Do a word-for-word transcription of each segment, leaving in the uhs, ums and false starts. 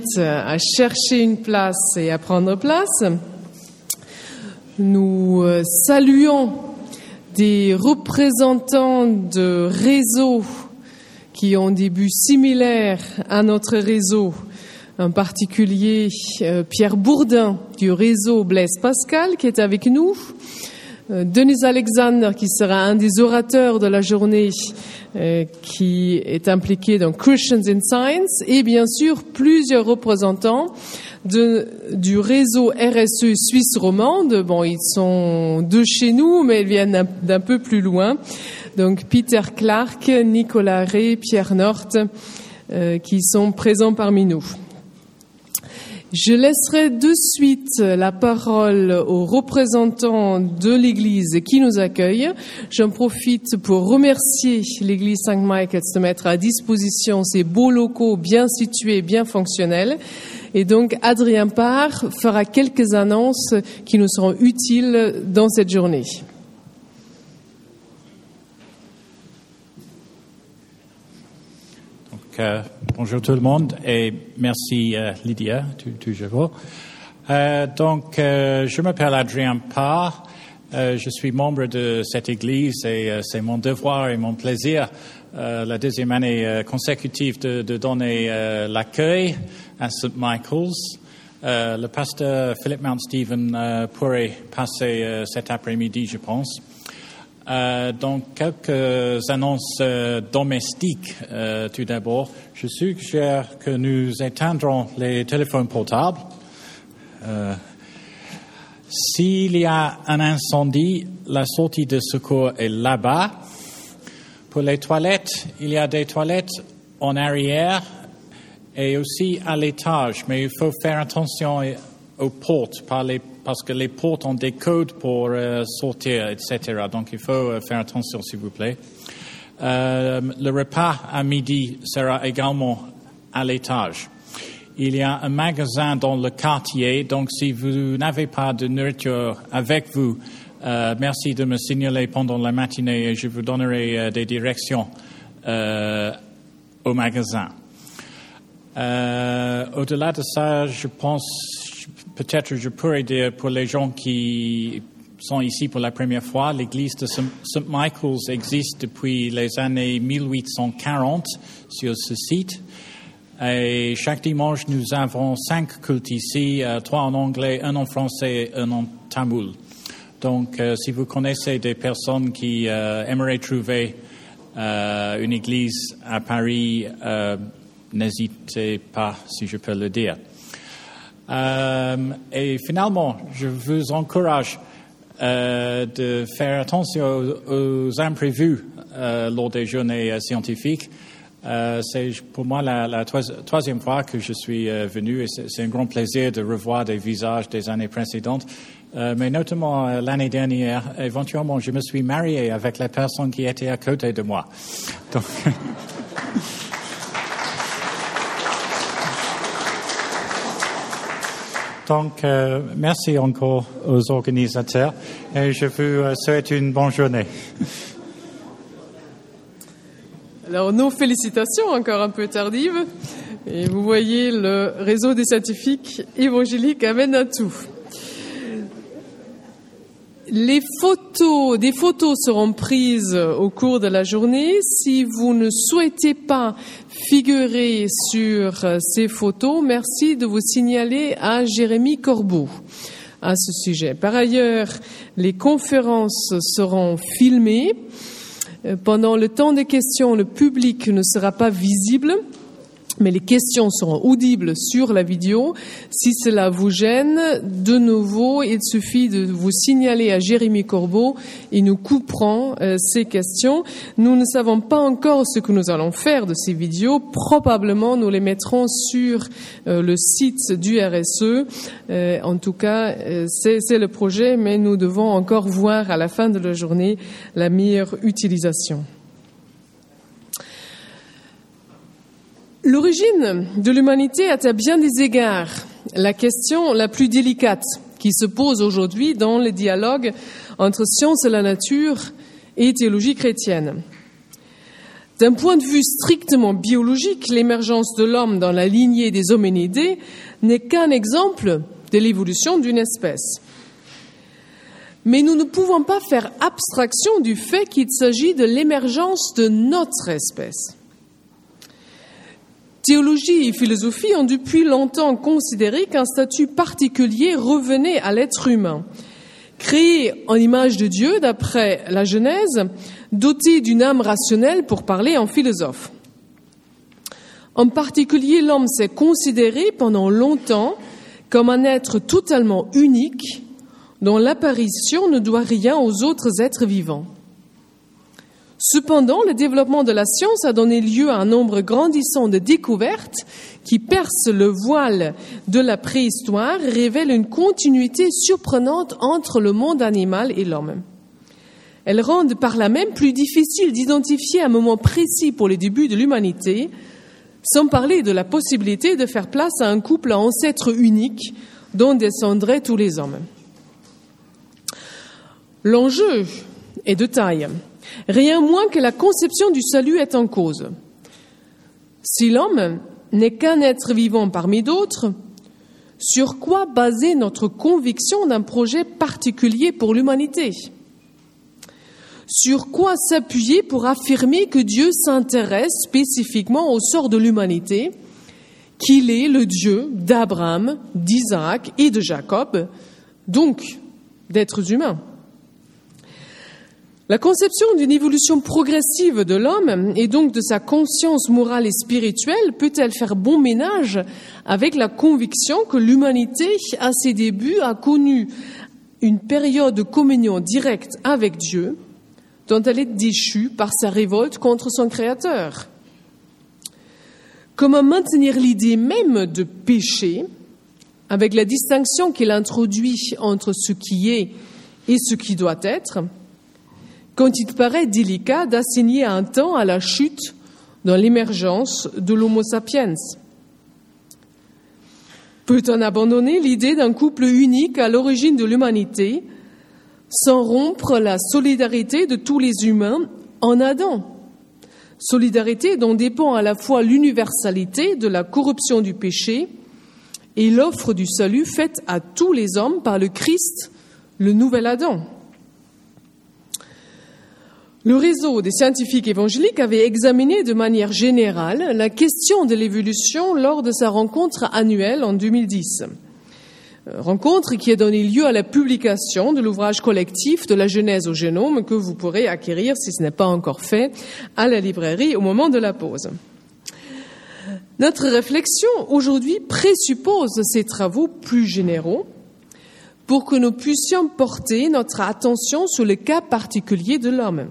invite à chercher une place et à prendre place. Nous saluons des représentants de réseaux qui ont des buts similaires à notre réseau, en particulier euh, Pierre Bourdin du réseau Blaise Pascal qui est avec nous, euh, Denis Alexander qui sera un des orateurs de la journée euh, qui est impliqué dans Christians in Science, et bien sûr plusieurs représentants de, du réseau R S E Suisse romande. Bon, ils sont de chez nous, mais ils viennent d'un, d'un peu plus loin. Donc Peter Clark, Nicolas Rey, Pierre Nort, euh, qui sont présents parmi nous. Je laisserai de suite la parole aux représentants de l'Église qui nous accueille. J'en profite pour remercier l'Église Saint-Michael de mettre à disposition ces beaux locaux bien situés, bien fonctionnels. Et donc Adrien Parr fera quelques annonces qui nous seront utiles dans cette journée. Euh, bonjour tout le monde et merci euh, Lydia, toujours. Euh, donc, euh, je m'appelle Adrien Parr, euh, je suis membre de cette église et euh, c'est mon devoir et mon plaisir euh, la deuxième année euh, consécutive de, de donner euh, l'accueil à Saint Michael's. Euh, le pasteur Philip Mount Stephen euh, pourrait passer euh, cet après-midi, je pense. Euh, donc, quelques annonces euh, domestiques. Euh, tout d'abord, je suggère que nous éteindrons les téléphones portables. Euh, s'il y a un incendie, la sortie de secours est là-bas. Pour les toilettes, il y a des toilettes en arrière et aussi à l'étage, mais il faut faire attention aux portes par les parce que les portes ont des codes pour euh, sortir, et cetera. Donc, il faut euh, faire attention, s'il vous plaît. Euh, le repas à midi sera également à l'étage. Il y a un magasin dans le quartier, donc si vous n'avez pas de nourriture avec vous, euh, merci de me signaler pendant la matinée et je vous donnerai euh, des directions euh, au magasin. Euh, au-delà de ça, je pense... Peut-être je pourrais dire pour les gens qui sont ici pour la première fois, l'église de Saint Michael's existe depuis les années mille huit cent quarante sur ce site. Et chaque dimanche, nous avons cinq cultes ici, euh, trois en anglais, un en français et un en tamoul. Donc, euh, si vous connaissez des personnes qui euh, aimeraient trouver euh, une église à Paris, euh, n'hésitez pas, si je peux le dire. Euh, et finalement, je vous encourage euh, de faire attention aux, aux imprévus euh, lors des journées euh, scientifiques. Euh, c'est pour moi la, la troisième fois que je suis euh, venu et c'est, c'est un grand plaisir de revoir des visages des années précédentes. Euh, mais notamment euh, l'année dernière, éventuellement, je me suis marié avec la personne qui était à côté de moi. Donc... Donc, euh, merci encore aux organisateurs et je vous souhaite une bonne journée. Alors, nos félicitations, encore un peu tardives. Et vous voyez, le réseau des scientifiques évangéliques amène à tout. Les photos, des photos seront prises au cours de la journée. Si vous ne souhaitez pas figurer sur ces photos, merci de vous signaler à Jérémy Corbeau à ce sujet. Par ailleurs, les conférences seront filmées. Pendant le temps des questions, le public ne sera pas visible, mais les questions seront audibles sur la vidéo. Si cela vous gêne, de nouveau, il suffit de vous signaler à Jérémy Corbeau et nous couperons euh, ces questions. Nous ne savons pas encore ce que nous allons faire de ces vidéos. Probablement, nous les mettrons sur euh, le site du R S E. Euh, en tout cas, euh, c'est, c'est le projet, mais nous devons encore voir à la fin de la journée la meilleure utilisation. L'origine de l'humanité est à bien des égards la question la plus délicate qui se pose aujourd'hui dans le dialogue entre science et la nature et théologie chrétienne. D'un point de vue strictement biologique, l'émergence de l'homme dans la lignée des hominidés n'est qu'un exemple de l'évolution d'une espèce. Mais nous ne pouvons pas faire abstraction du fait qu'il s'agit de l'émergence de notre espèce. Théologie et philosophie ont depuis longtemps considéré qu'un statut particulier revenait à l'être humain, créé en image de Dieu d'après la Genèse, doté d'une âme rationnelle pour parler en philosophe. En particulier, l'homme s'est considéré pendant longtemps comme un être totalement unique, dont l'apparition ne doit rien aux autres êtres vivants. Cependant, le développement de la science a donné lieu à un nombre grandissant de découvertes qui percent le voile de la préhistoire et révèlent une continuité surprenante entre le monde animal et l'homme. Elles rendent par là même plus difficile d'identifier un moment précis pour les débuts de l'humanité, sans parler de la possibilité de faire place à un couple à ancêtres uniques dont descendraient tous les hommes. L'enjeu est de taille. Rien moins que la conception du salut est en cause. Si l'homme n'est qu'un être vivant parmi d'autres, sur quoi baser notre conviction d'un projet particulier pour l'humanité ? Sur quoi s'appuyer pour affirmer que Dieu s'intéresse spécifiquement au sort de l'humanité, qu'il est le Dieu d'Abraham, d'Isaac et de Jacob, donc d'êtres humains ? La conception d'une évolution progressive de l'homme et donc de sa conscience morale et spirituelle peut-elle faire bon ménage avec la conviction que l'humanité, à ses débuts, a connu une période de communion directe avec Dieu, dont elle est déchue par sa révolte contre son Créateur? Comment maintenir l'idée même de péché, avec la distinction qu'il introduit entre ce qui est et ce qui doit être, quand il paraît délicat d'assigner un temps à la chute dans l'émergence de l'Homo sapiens? Peut-on abandonner l'idée d'un couple unique à l'origine de l'humanité sans rompre la solidarité de tous les humains en Adam? Solidarité dont dépend à la fois l'universalité de la corruption du péché et l'offre du salut faite à tous les hommes par le Christ, le nouvel Adam. Le réseau des scientifiques évangéliques avait examiné de manière générale la question de l'évolution lors de sa rencontre annuelle en deux mille dix. Rencontre qui a donné lieu à la publication de l'ouvrage collectif de la Genèse au génome que vous pourrez acquérir, si ce n'est pas encore fait, à la librairie au moment de la pause. Notre réflexion aujourd'hui présuppose ces travaux plus généraux pour que nous puissions porter notre attention sur le cas particulier de l'homme.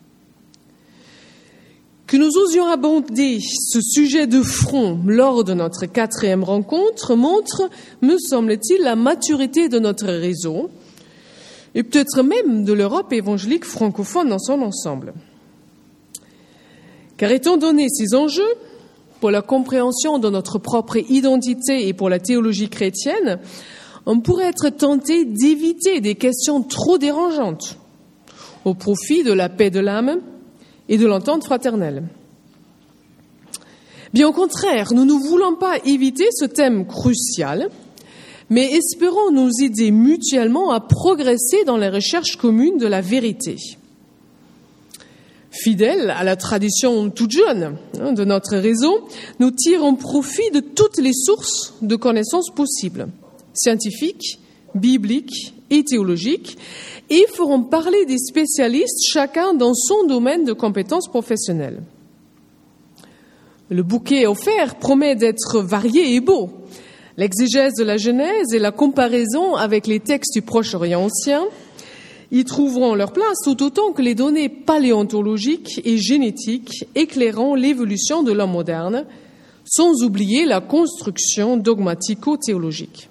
Que nous osions aborder ce sujet de front lors de notre quatrième rencontre montre, me semble-t-il, la maturité de notre réseau et peut-être même de l'Europe évangélique francophone dans son ensemble. Car étant donné ces enjeux, pour la compréhension de notre propre identité et pour la théologie chrétienne, on pourrait être tenté d'éviter des questions trop dérangeantes au profit de la paix de l'âme et de l'entente fraternelle. Bien au contraire, nous ne voulons pas éviter ce thème crucial, mais espérons nous aider mutuellement à progresser dans les recherches communes de la vérité. Fidèles à la tradition toute jeune de notre réseau, nous tirons profit de toutes les sources de connaissances possibles, scientifiques, bibliques et théologiques, et feront parler des spécialistes, chacun dans son domaine de compétences professionnelles. Le bouquet offert promet d'être varié et beau. L'exégèse de la Genèse et la comparaison avec les textes du Proche-Orient ancien y trouveront leur place tout autant que les données paléontologiques et génétiques éclairant l'évolution de l'homme moderne, sans oublier la construction dogmatico-théologique.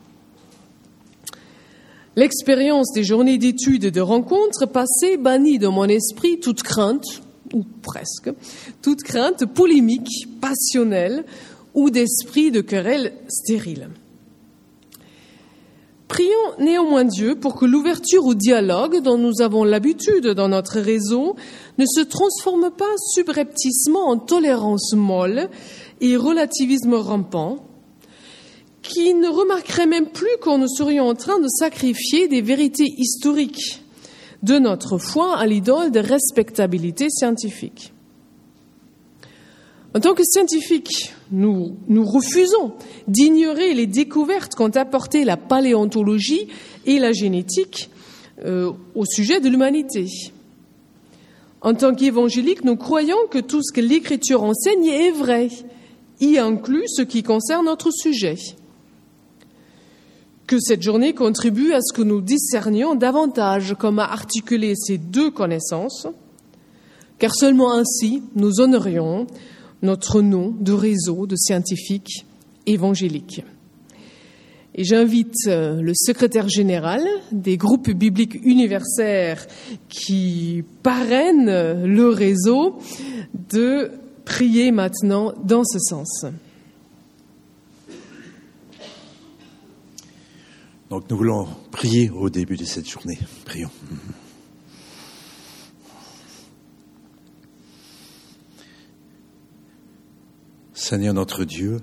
L'expérience des journées d'études et de rencontres passées bannit de mon esprit toute crainte, ou presque, toute crainte polémique, passionnelle ou d'esprit de querelle stérile. Prions néanmoins Dieu pour que l'ouverture au dialogue dont nous avons l'habitude dans notre réseau ne se transforme pas subrepticement en tolérance molle et relativisme rampant, qui ne remarquerait même plus qu'on nous serions en train de sacrifier des vérités historiques de notre foi à l'idole de respectabilité scientifique. En tant que scientifiques, nous, nous refusons d'ignorer les découvertes qu'ont apportées la paléontologie et la génétique euh, au sujet de l'humanité. En tant qu'évangéliques, nous croyons que tout ce que l'Écriture enseigne est vrai, y inclut ce qui concerne notre sujet. Que cette journée contribue à ce que nous discernions davantage comment articuler ces deux connaissances, car seulement ainsi nous honorions notre nom de réseau de scientifiques évangéliques. Et j'invite le secrétaire général des groupes bibliques universitaires qui parrainent le réseau de prier maintenant dans ce sens. Donc nous voulons prier au début de cette journée. Prions. Seigneur notre Dieu,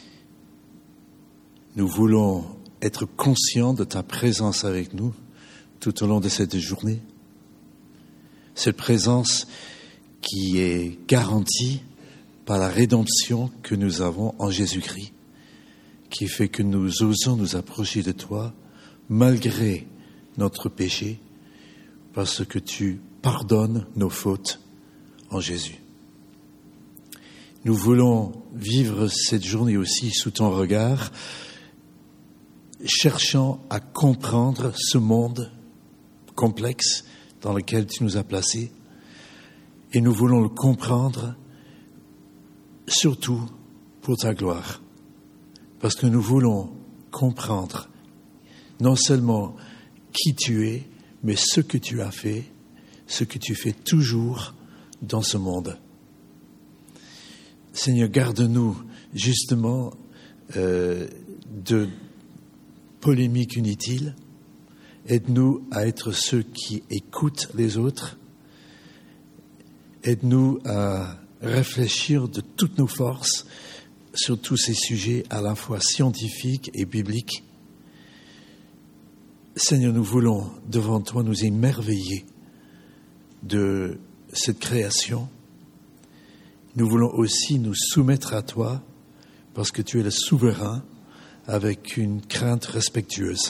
nous voulons être conscients de ta présence avec nous tout au long de cette journée. Cette présence qui est garantie par la rédemption que nous avons en Jésus-Christ, qui fait que nous osons nous approcher de toi malgré notre péché, parce que tu pardonnes nos fautes en Jésus. Nous voulons vivre cette journée aussi sous ton regard, cherchant à comprendre ce monde complexe dans lequel tu nous as placés. Et nous voulons le comprendre surtout pour ta gloire. Parce que nous voulons comprendre non seulement qui tu es, mais ce que tu as fait, ce que tu fais toujours dans ce monde. Seigneur, garde-nous justement euh, de polémiques inutiles. Aide-nous à être ceux qui écoutent les autres. Aide-nous à réfléchir de toutes nos forces sur tous ces sujets à la fois scientifiques et bibliques. Seigneur, nous voulons devant toi nous émerveiller de cette création. Nous voulons aussi nous soumettre à toi parce que tu es le souverain avec une crainte respectueuse.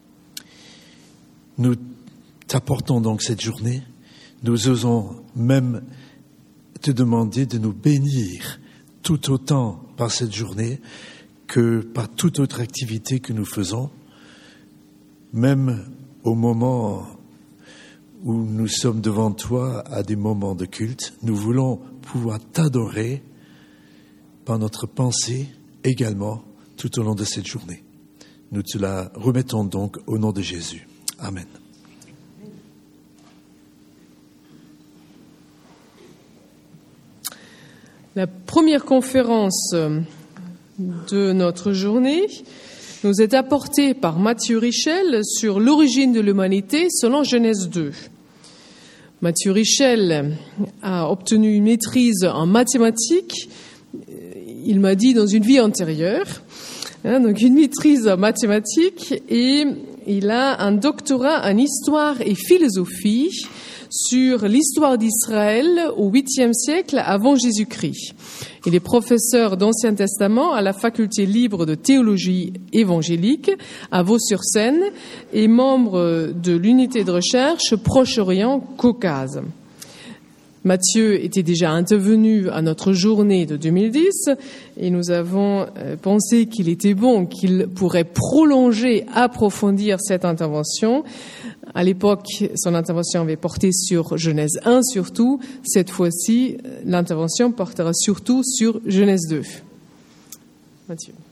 Nous t'apportons donc cette journée. Nous osons même te demander de nous bénir tout autant par cette journée que par toute autre activité que nous faisons, même au moment où nous sommes devant toi à des moments de culte. Nous voulons pouvoir t'adorer par notre pensée également tout au long de cette journée. Nous te la remettons donc au nom de Jésus. Amen. La première conférence de notre journée nous est apportée par Mathieu Richel sur l'origine de l'humanité selon Genèse deux. Mathieu Richel a obtenu une maîtrise en mathématiques, il m'a dit dans une vie antérieure, hein, donc une maîtrise en mathématiques, et il a un doctorat en histoire et philosophie sur l'histoire d'Israël au huitième siècle avant Jésus-Christ. Il est professeur d'Ancien Testament à la faculté libre de théologie évangélique à Vaux-sur-Seine et membre de l'unité de recherche Proche-Orient-Caucase. Mathieu était déjà intervenu à notre journée de deux mille dix et nous avons pensé qu'il était bon, qu'il pourrait prolonger, approfondir cette intervention. À l'époque, son intervention avait porté sur Genèse un surtout. Cette fois-ci, l'intervention portera surtout sur Genèse deux. Mathieu.